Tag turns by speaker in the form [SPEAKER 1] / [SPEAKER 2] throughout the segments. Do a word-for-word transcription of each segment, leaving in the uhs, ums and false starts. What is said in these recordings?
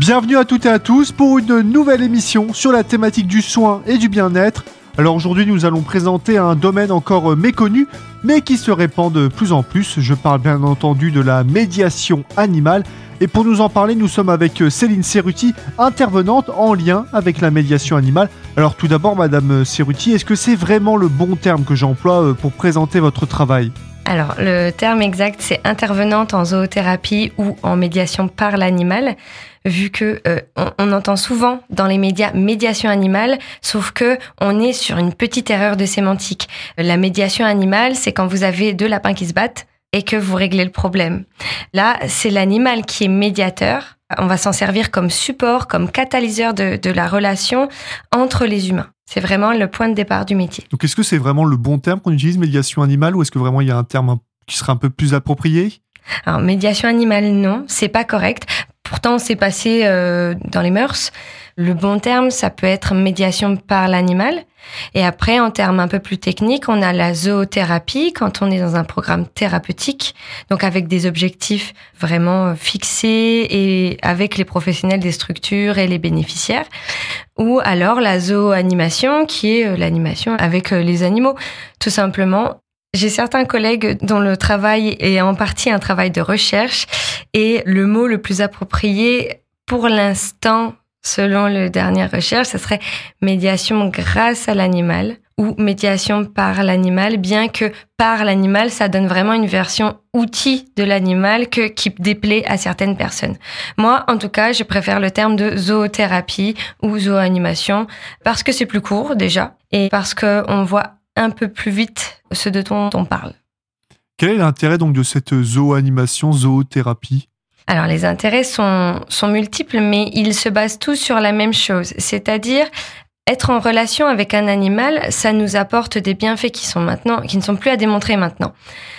[SPEAKER 1] Bienvenue à toutes et à tous pour une nouvelle émission sur la thématique du soin et du bien-être. Alors aujourd'hui, nous allons présenter un domaine encore méconnu, mais qui se répand de plus en plus. Je parle bien entendu de la médiation animale. Et pour nous en parler, nous sommes avec Céline Cerruti, intervenante en lien avec la médiation animale. Alors tout d'abord, Madame Cerruti, est-ce que c'est vraiment le bon terme que j'emploie pour présenter votre travail ?
[SPEAKER 2] Alors, le terme exact, c'est intervenante en zoothérapie ou en médiation par l'animal, vu que euh, on, on entend souvent dans les médias médiation animale, sauf que on est sur une petite erreur de sémantique. La médiation animale, c'est quand vous avez deux lapins qui se battent et que vous réglez le problème. Là, c'est l'animal qui est médiateur. On va s'en servir comme support, comme catalyseur de, de la relation entre les humains. C'est vraiment le point de départ du métier.
[SPEAKER 1] Donc, est-ce que c'est vraiment le bon terme qu'on utilise, médiation animale, ou est-ce que vraiment il y a un terme qui serait un peu plus approprié ?
[SPEAKER 2] Alors, médiation animale, non, c'est pas correct. Pourtant, c'est passé euh, dans les mœurs. Le bon terme, ça peut être médiation par l'animal. Et après, en termes un peu plus techniques, on a la zoothérapie, quand on est dans un programme thérapeutique, donc avec des objectifs vraiment fixés et avec les professionnels des structures et les bénéficiaires. Ou alors la zooanimation, qui est l'animation avec les animaux. Tout simplement, j'ai certains collègues dont le travail est en partie un travail de recherche et le mot le plus approprié pour l'instant, selon les dernières recherches, ce serait médiation grâce à l'animal ou médiation par l'animal, bien que par l'animal, ça donne vraiment une version outil de l'animal que, qui déplaît à certaines personnes. Moi, en tout cas, je préfère le terme de zoothérapie ou zooanimation parce que c'est plus court déjà et parce qu'on voit un peu plus vite ce dont on parle.
[SPEAKER 1] Quel est l'intérêt donc de cette zooanimation, zoothérapie ?
[SPEAKER 2] Alors, les intérêts sont, sont multiples, mais ils se basent tous sur la même chose, c'est-à-dire être en relation avec un animal, ça nous apporte des bienfaits qui sont maintenant, qui ne sont plus à démontrer maintenant.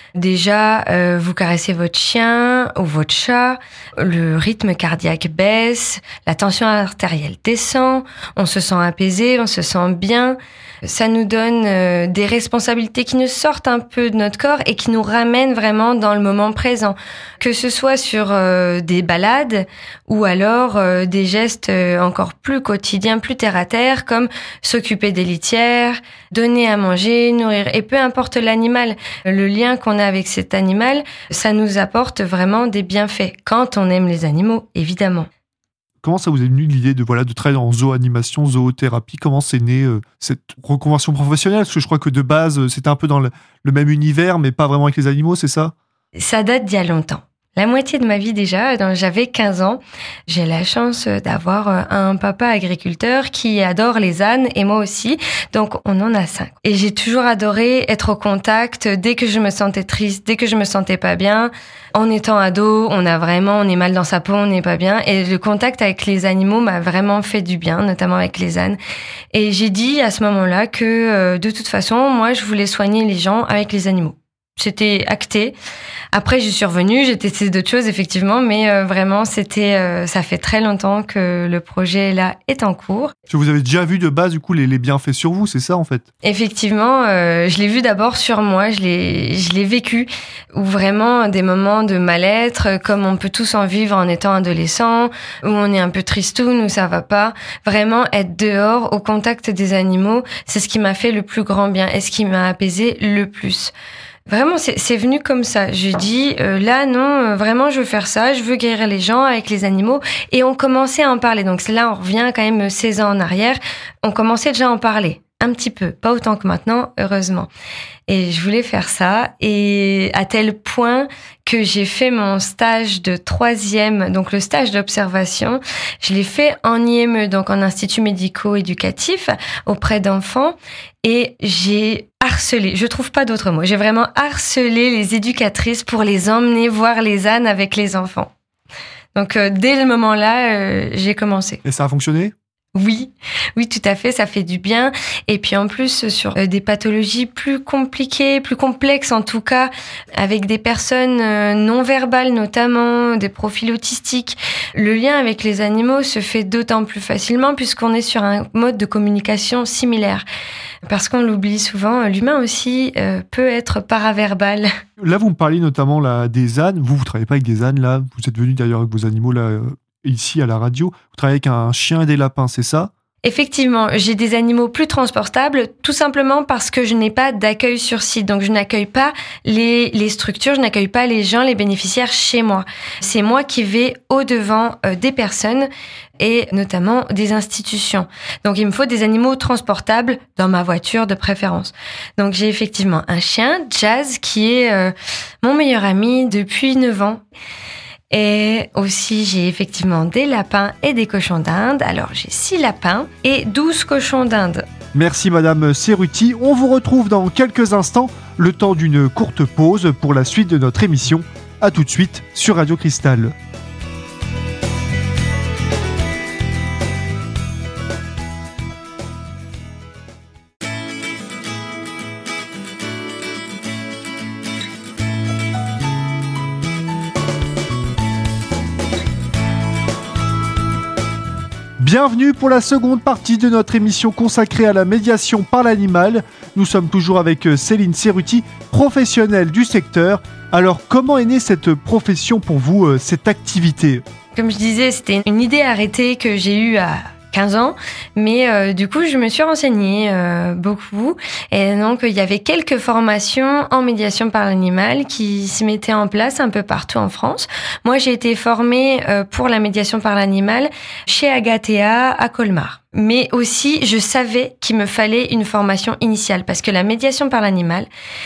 [SPEAKER 2] Déjà, euh, vous caressez votre chien ou votre chat, le rythme cardiaque baisse, la tension artérielle descend, on se sent apaisé, on se sent bien. Ça nous donne euh, des responsabilités qui nous sortent un peu de notre corps et qui nous ramènent vraiment dans le moment présent. Que ce soit sur euh, des balades ou alors euh, des gestes euh, encore plus quotidiens, plus terre-à-terre, comme s'occuper des litières, donner à manger, nourrir. Et peu importe l'animal, le lien qu'on a avec cet animal, ça nous apporte vraiment des bienfaits. Quand on aime les animaux, évidemment.
[SPEAKER 1] Comment ça vous est venu l'idée de, voilà, de travailler en zooanimation, zoothérapie ? Comment c'est né euh, cette reconversion professionnelle ? Parce que je crois que de base, euh, c'était un peu dans le, le même univers, mais pas vraiment avec les animaux, c'est ça ?
[SPEAKER 2] Ça date d'il y a longtemps. La moitié de ma vie déjà, donc j'avais quinze ans. J'ai la chance d'avoir un papa agriculteur qui adore les ânes et moi aussi. Donc on en a cinq. Et j'ai toujours adoré être au contact dès que je me sentais triste, dès que je me sentais pas bien. En étant ado, on a vraiment, on est mal dans sa peau, on n'est pas bien. Et le contact avec les animaux m'a vraiment fait du bien, notamment avec les ânes. Et j'ai dit à ce moment-là que euh, de toute façon, moi je voulais soigner les gens avec les animaux. C'était acté. Après, j'y suis revenue, j'ai testé d'autres choses, effectivement, mais euh, vraiment, c'était, euh, ça fait très longtemps que le projet, là, est en cours.
[SPEAKER 1] Parce que vous avez déjà vu de base, du coup, les, les bienfaits sur vous, c'est ça, en fait ?
[SPEAKER 2] Effectivement, euh, je l'ai vu d'abord sur moi, je l'ai, je l'ai vécu, où vraiment, des moments de mal-être, comme on peut tous en vivre en étant adolescent, où on est un peu tristoun, où ça va pas. Vraiment, être dehors, au contact des animaux, c'est ce qui m'a fait le plus grand bien et ce qui m'a apaisé le plus. Vraiment, c'est, c'est venu comme ça. Je dis, euh, là, non, euh, vraiment, je veux faire ça. Je veux guérir les gens avec les animaux. Et on commençait à en parler. Donc là, on revient quand même seize ans en arrière. On commençait déjà à en parler. Un petit peu. Pas autant que maintenant, heureusement. Et je voulais faire ça. Et à tel point que j'ai fait mon stage de troisième, donc le stage d'observation. Je l'ai fait en I M E, donc en institut médico-éducatif, auprès d'enfants. Et j'ai harcelé, je trouve pas d'autre mot, j'ai vraiment harcelé les éducatrices pour les emmener voir les ânes avec les enfants. Donc euh, dès le moment-là, euh, j'ai commencé.
[SPEAKER 1] Et ça a fonctionné ?
[SPEAKER 2] Oui, oui, tout à fait, ça fait du bien. Et puis en plus, sur euh, des pathologies plus compliquées, plus complexes en tout cas, avec des personnes euh, non-verbales notamment, des profils autistiques, le lien avec les animaux se fait d'autant plus facilement puisqu'on est sur un mode de communication similaire. Parce qu'on l'oublie souvent, l'humain aussi euh, peut être paraverbal.
[SPEAKER 1] Là, vous me parliez notamment là, des ânes. Vous, vous travaillez pas avec des ânes, là. Vous êtes venu d'ailleurs avec vos animaux là, ici à la radio, vous travaillez avec un chien et des lapins, c'est ça ?
[SPEAKER 2] Effectivement, j'ai des animaux plus transportables, tout simplement parce que je n'ai pas d'accueil sur site. Donc, je n'accueille pas les, les structures, je n'accueille pas les gens, les bénéficiaires chez moi. C'est moi qui vais au-devant euh, des personnes et notamment des institutions. Donc, il me faut des animaux transportables dans ma voiture de préférence. Donc, j'ai effectivement un chien, Jazz, qui est euh, mon meilleur ami depuis neuf ans. Et aussi, j'ai effectivement des lapins et des cochons d'Inde. Alors, j'ai six lapins et douze cochons d'Inde.
[SPEAKER 1] Merci Madame Cerruti. On vous retrouve dans quelques instants, le temps d'une courte pause pour la suite de notre émission. À tout de suite sur Radio Cristal. Bienvenue pour la seconde partie de notre émission consacrée à la médiation par l'animal. Nous sommes toujours avec Céline Cerruti, professionnelle du secteur. Alors, comment est née cette profession pour vous, cette activité ?
[SPEAKER 2] Comme je disais, c'était une idée arrêtée que j'ai eue à quinze ans, mais euh, du coup, je me suis renseignée euh, beaucoup. Et donc, il y avait quelques formations en médiation par l'animal qui se mettaient en place un peu partout en France. Moi, j'ai été formée euh, pour la médiation par l'animal chez Agathea à Colmar. Mais aussi, je savais qu'il me fallait une formation initiale parce que la médiation par l'animal,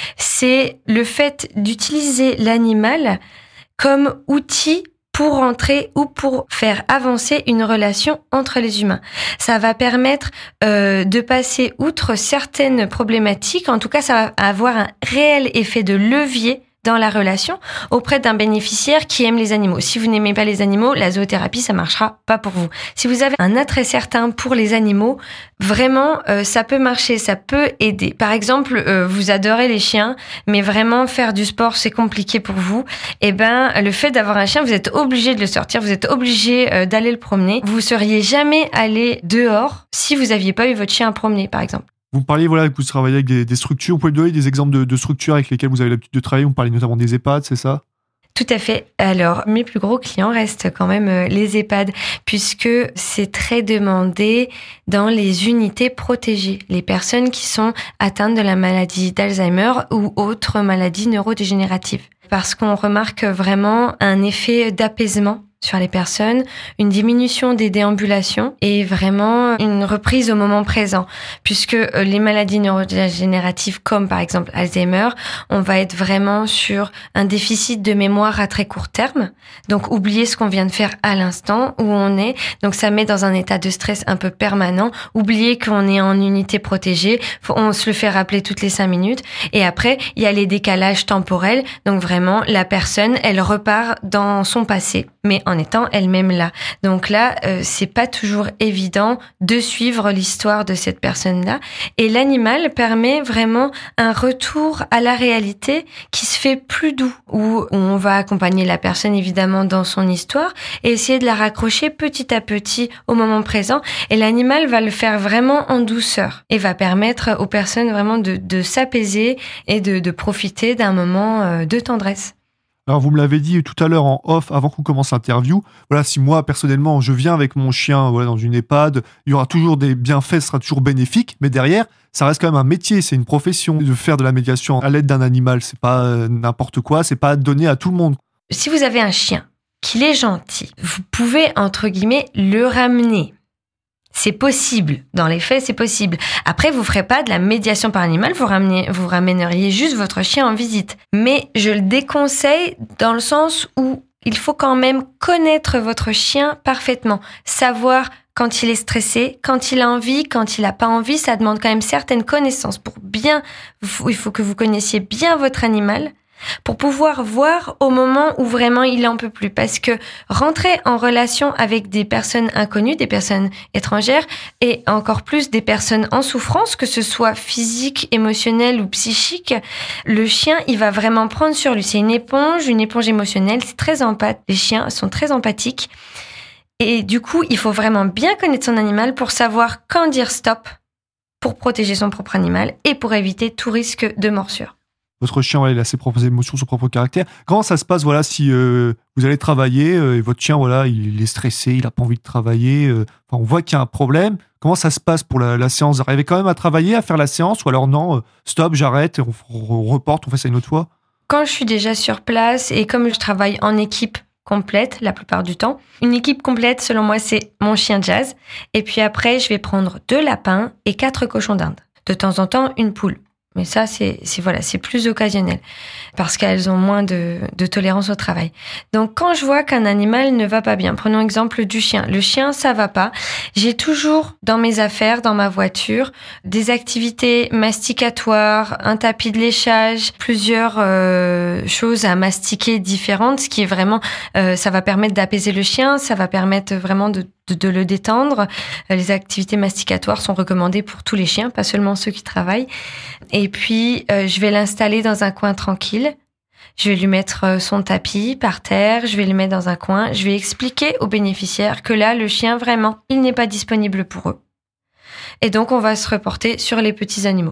[SPEAKER 2] c'est le fait d'utiliser l'animal comme outil pour entrer ou pour faire avancer une relation entre les humains. Ça va permettre euh, de passer outre certaines problématiques. En tout cas, ça va avoir un réel effet de levier dans la relation auprès d'un bénéficiaire qui aime les animaux. Si vous n'aimez pas les animaux, la zoothérapie, ça marchera pas pour vous. Si vous avez un attrait certain pour les animaux, vraiment, euh, ça peut marcher, ça peut aider. Par exemple, euh, vous adorez les chiens, mais vraiment faire du sport, c'est compliqué pour vous. Eh ben, le fait d'avoir un chien, vous êtes obligé de le sortir, vous êtes obligé euh, d'aller le promener. Vous seriez jamais allé dehors si vous aviez pas eu votre chien à promener, par exemple.
[SPEAKER 1] Vous me parliez voilà, que vous travaillez avec des, des structures. Vous pouvez me donner des exemples de, de structures avec lesquelles vous avez l'habitude de travailler. Vous me parlez notamment des EHPAD, c'est ça ?
[SPEAKER 2] Tout à fait. Alors, mes plus gros clients restent quand même les EHPAD, puisque c'est très demandé dans les unités protégées. Les personnes qui sont atteintes de la maladie d'Alzheimer ou autres maladies neurodégénératives. Parce qu'on remarque vraiment un effet d'apaisement sur les personnes, une diminution des déambulations et vraiment une reprise au moment présent. Puisque les maladies neurodégénératives comme par exemple Alzheimer, on va être vraiment sur un déficit de mémoire à très court terme. Donc oublier ce qu'on vient de faire à l'instant où on est. Donc ça met dans un état de stress un peu permanent. Oublier qu'on est en unité protégée. On se le fait rappeler toutes les cinq minutes. Et après, il y a les décalages temporels. Donc vraiment, la personne, elle repart dans son passé, mais en étant elle-même là. Donc là, euh, c'est pas toujours évident de suivre l'histoire de cette personne-là. Et l'animal permet vraiment un retour à la réalité qui se fait plus doux, où on va accompagner la personne évidemment dans son histoire et essayer de la raccrocher petit à petit au moment présent. Et l'animal va le faire vraiment en douceur et va permettre aux personnes vraiment de, de s'apaiser et de, de profiter d'un moment de tendresse.
[SPEAKER 1] Alors vous me l'avez dit tout à l'heure en off, avant qu'on commence l'interview, voilà, si moi personnellement je viens avec mon chien voilà, dans une EHPAD, il y aura toujours des bienfaits, ce sera toujours bénéfique, mais derrière, ça reste quand même un métier, c'est une profession de faire de la médiation à l'aide d'un animal, c'est pas euh, n'importe quoi, c'est pas donné à tout le monde.
[SPEAKER 2] Si vous avez un chien, qu'il est gentil, vous pouvez entre guillemets le ramener. C'est possible. Dans les faits, c'est possible. Après, vous ferez pas de la médiation par animal, vous ramenez, vous ramèneriez juste votre chien en visite. Mais je le déconseille dans le sens où il faut quand même connaître votre chien parfaitement. Savoir quand il est stressé, quand il a envie, quand il a pas envie. Ça demande quand même certaines connaissances pour bien, il faut que vous connaissiez bien votre animal. Pour pouvoir voir au moment où vraiment il en peut plus. Parce que rentrer en relation avec des personnes inconnues, des personnes étrangères, et encore plus des personnes en souffrance, que ce soit physique, émotionnelle ou psychique, le chien, il va vraiment prendre sur lui. C'est une éponge, une éponge émotionnelle, c'est très empathique. Les chiens sont très empathiques. Et du coup, il faut vraiment bien connaître son animal pour savoir quand dire stop, pour protéger son propre animal et pour éviter tout risque de morsure.
[SPEAKER 1] votre chien, voilà, il a ses propres émotions, son propre caractère. Comment ça se passe, voilà, si euh, vous allez travailler euh, et votre chien, voilà, il est stressé, il a pas envie de travailler, euh, enfin, on voit qu'il y a un problème. Comment ça se passe pour la, la séance? Vous arrivez quand même à travailler, à faire la séance, ou alors non, euh, stop, j'arrête, on, on reporte, on fait ça une autre fois?
[SPEAKER 2] Quand je suis déjà sur place et comme je travaille en équipe complète la plupart du temps, une équipe complète, selon moi, c'est mon chien Jazz. Et puis après, je vais prendre deux lapins et quatre cochons d'Inde. De temps en temps, une poule. Mais ça, c'est, c'est, voilà, c'est plus occasionnel parce qu'elles ont moins de, de tolérance au travail. Donc, quand je vois qu'un animal ne va pas bien, prenons l'exemple du chien. Le chien, ça va pas. J'ai toujours dans mes affaires, dans ma voiture, des activités masticatoires, un tapis de léchage, plusieurs euh, choses à mastiquer différentes, ce qui est vraiment, euh, ça va permettre d'apaiser le chien, ça va permettre vraiment de De, de le détendre. Les activités masticatoires sont recommandées pour tous les chiens, pas seulement ceux qui travaillent. Et puis, euh, je vais l'installer dans un coin tranquille. Je vais lui mettre son tapis par terre, je vais le mettre dans un coin. Je vais expliquer aux bénéficiaires que là, le chien, vraiment, il n'est pas disponible pour eux. Et donc, on va se reporter sur les petits animaux.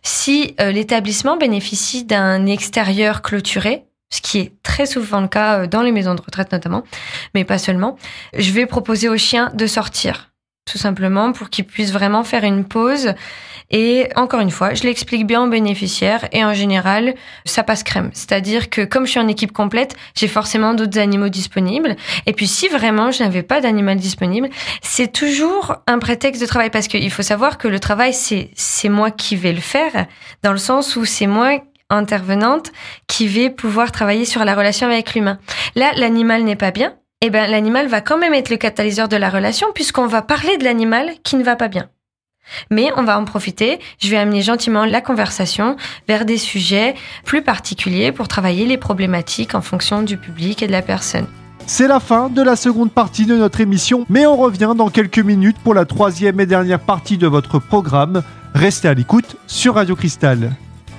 [SPEAKER 2] Si euh, l'établissement bénéficie d'un extérieur clôturé, ce qui est très souvent le cas dans les maisons de retraite notamment, mais pas seulement, je vais proposer aux chiens de sortir, tout simplement pour qu'ils puissent vraiment faire une pause. Et encore une fois, je l'explique bien aux bénéficiaires et en général, ça passe crème. C'est-à-dire que comme je suis en équipe complète, j'ai forcément d'autres animaux disponibles. Et puis si vraiment je n'avais pas d'animal disponible, c'est toujours un prétexte de travail parce qu'il faut savoir que le travail, c'est, c'est moi qui vais le faire dans le sens où c'est moi intervenante qui va pouvoir travailler sur la relation avec l'humain. Là, l'animal n'est pas bien, et ben l'animal va quand même être le catalyseur de la relation puisqu'on va parler de l'animal qui ne va pas bien. Mais on va en profiter, je vais amener gentiment la conversation vers des sujets plus particuliers pour travailler les problématiques en fonction du public et de la personne.
[SPEAKER 1] C'est la fin de la seconde partie de notre émission, mais on revient dans quelques minutes pour la troisième et dernière partie de votre programme. Restez à l'écoute sur Radio Cristal.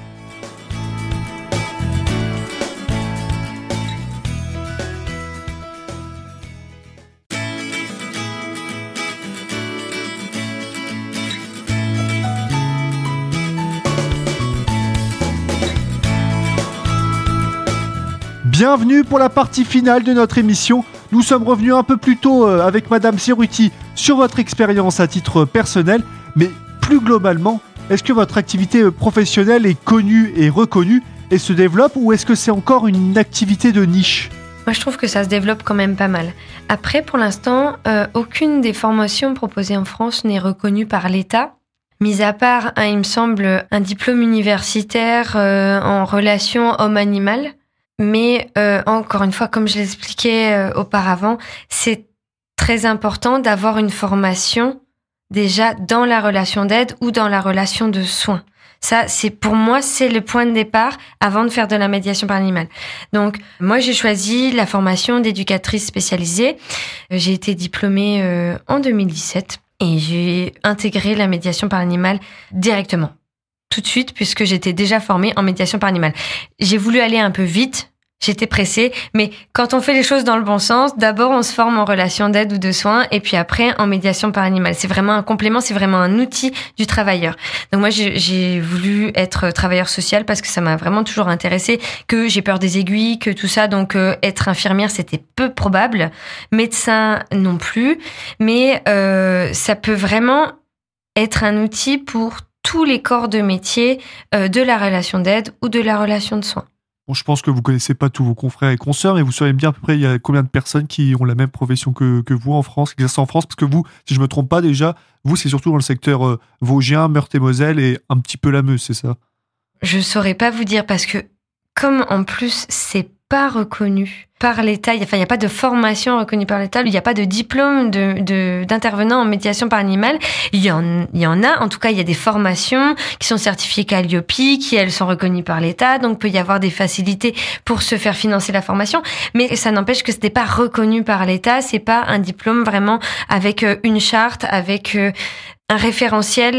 [SPEAKER 1] Bienvenue pour la partie finale de notre émission. Nous sommes revenus un peu plus tôt euh, avec Madame Cerutti sur votre expérience à titre personnel, mais plus globalement, est-ce que votre activité professionnelle est connue et reconnue et se développe ou est-ce que c'est encore une activité de niche ?
[SPEAKER 2] Moi, je trouve que ça se développe quand même pas mal. Après, pour l'instant, euh, aucune des formations proposées en France n'est reconnue par l'État. Mis à part, hein, il me semble, un diplôme universitaire euh, en relation homme-animal. Mais euh, encore une fois, comme je l'expliquais euh, auparavant, c'est très important d'avoir une formation déjà dans la relation d'aide ou dans la relation de soins. Ça, c'est pour moi, c'est le point de départ avant de faire de la médiation par l'animal. Donc, moi, j'ai choisi la formation d'éducatrice spécialisée. J'ai été diplômée euh, en deux mille dix-sept et j'ai intégré la médiation par l'animal directement, tout de suite, puisque j'étais déjà formée en médiation par l'animal. J'ai voulu aller un peu vite. J'étais pressée, mais quand on fait les choses dans le bon sens, d'abord on se forme en relation d'aide ou de soins, et puis après en médiation par animal. C'est vraiment un complément, c'est vraiment un outil du travailleur. Donc moi j'ai, j'ai voulu être travailleur social parce que ça m'a vraiment toujours intéressée, que j'ai peur des aiguilles, que tout ça, donc euh, être infirmière c'était peu probable, médecin non plus, mais euh, ça peut vraiment être un outil pour tous les corps de métier euh, de la relation d'aide ou de la relation de soins.
[SPEAKER 1] Bon, je pense que vous connaissez pas tous vos confrères et consoeurs, mais vous savez bien à peu près il y a combien de personnes qui ont la même profession que, que vous en France, qui exercent en France, parce que vous, si je me trompe pas déjà, vous c'est surtout dans le secteur euh, vosgien, Meurthe-et-Moselle et un petit peu la Meuse, c'est ça ?
[SPEAKER 2] Je saurais pas vous dire parce que comme en plus c'est pas reconnu par l'État, enfin il n'y a pas de formation reconnue par l'État, il n'y a pas de diplôme de, de, d'intervenant en médiation par animal, il y, en, il y en a, en tout cas il y a des formations qui sont certifiées Calliope, qui elles sont reconnues par l'État, donc peut y avoir des facilités pour se faire financer la formation, mais ça n'empêche que ce n'est pas reconnu par l'État, c'est pas un diplôme vraiment avec une charte, avec un référentiel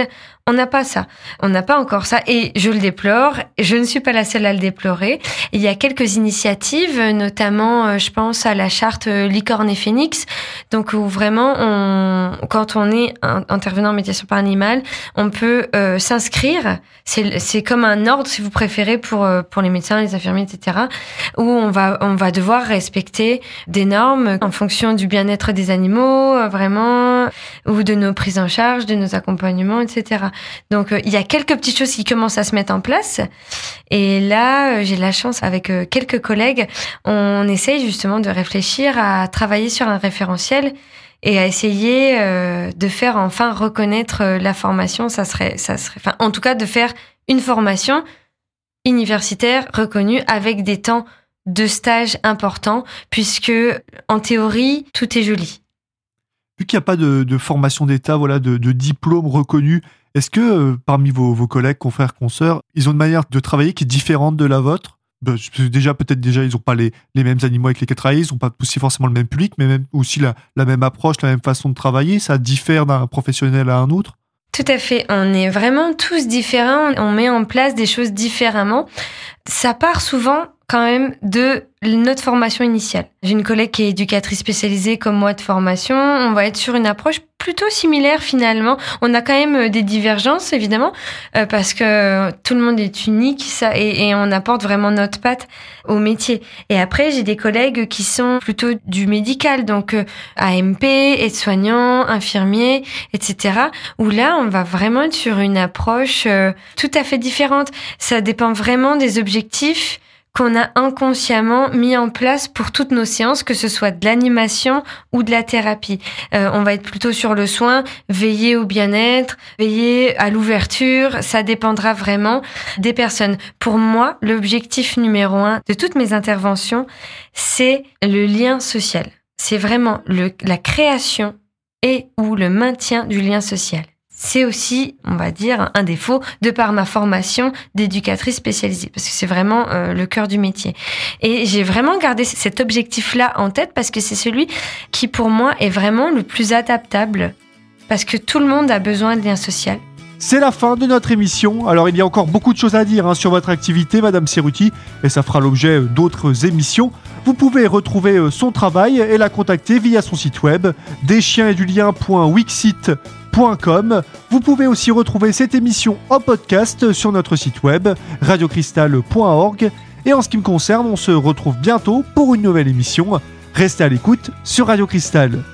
[SPEAKER 2] On n'a pas ça. On n'a pas encore ça. Et je le déplore. Je ne suis pas la seule à le déplorer. Il y a quelques initiatives, notamment, je pense à la charte Licorne et Phénix. Donc, où vraiment, on, quand on est un, intervenant en médiation par animal, on peut euh, s'inscrire. C'est, c'est comme un ordre, si vous préférez, pour, pour les médecins, les infirmiers, et cetera, où on va, on va devoir respecter des normes en fonction du bien-être des animaux, vraiment, ou de nos prises en charge, de nos accompagnements, et cetera. Donc, euh, il y a quelques petites choses qui commencent à se mettre en place. Et là, euh, j'ai la chance, avec euh, quelques collègues, on essaye justement de réfléchir à travailler sur un référentiel et à essayer euh, de faire enfin reconnaître euh, la formation. Ça serait, ça serait, enfin, en tout cas, de faire une formation universitaire reconnue avec des temps de stage importants, puisque en théorie, tout est joli.
[SPEAKER 1] Vu qu'il n'y a pas de, de formation d'État, voilà, de, de diplôme reconnu, est-ce que euh, parmi vos, vos collègues, confrères, consoeurs, ils ont une manière de travailler qui est différente de la vôtre ? Ben, déjà, peut-être déjà, ils n'ont pas les, les mêmes animaux avec lesquels travailler, ils n'ont pas aussi forcément le même public, mais même aussi la, la même approche, la même façon de travailler. Ça diffère d'un professionnel à un autre ?
[SPEAKER 2] Tout à fait. On est vraiment tous différents. On met en place des choses différemment. Ça part souvent quand même de notre formation initiale. J'ai une collègue qui est éducatrice spécialisée comme moi de formation. On va être sur une approche plutôt similaire finalement. On a quand même des divergences évidemment euh, parce que tout le monde est unique ça, et, et on apporte vraiment notre patte au métier. Et après, j'ai des collègues qui sont plutôt du médical, donc euh, A M P, aides-soignants, infirmiers, et cetera. Où là, on va vraiment être sur une approche euh, tout à fait différente. Ça dépend vraiment des objectifs qu'on a inconsciemment mis en place pour toutes nos séances, que ce soit de l'animation ou de la thérapie. Euh, on va être plutôt sur le soin, veiller au bien-être, veiller à l'ouverture, ça dépendra vraiment des personnes. Pour moi, l'objectif numéro un de toutes mes interventions, c'est le lien social. C'est vraiment le, la création et ou le maintien du lien social. C'est aussi, on va dire, un défaut de par ma formation d'éducatrice spécialisée, parce que c'est vraiment euh, le cœur du métier. Et j'ai vraiment gardé cet objectif-là en tête parce que c'est celui qui, pour moi, est vraiment le plus adaptable, parce que tout le monde a besoin de lien social.
[SPEAKER 1] C'est la fin de notre émission. Alors, il y a encore beaucoup de choses à dire hein, sur votre activité, Madame Cerutti, et ça fera l'objet d'autres émissions. Vous pouvez retrouver son travail et la contacter via son site web deschiensetdulien point wixsite point com. Vous pouvez aussi retrouver cette émission en podcast sur notre site web radio cristal point org. Et en ce qui me concerne, on se retrouve bientôt pour une nouvelle émission. Restez à l'écoute sur Radio Cristal.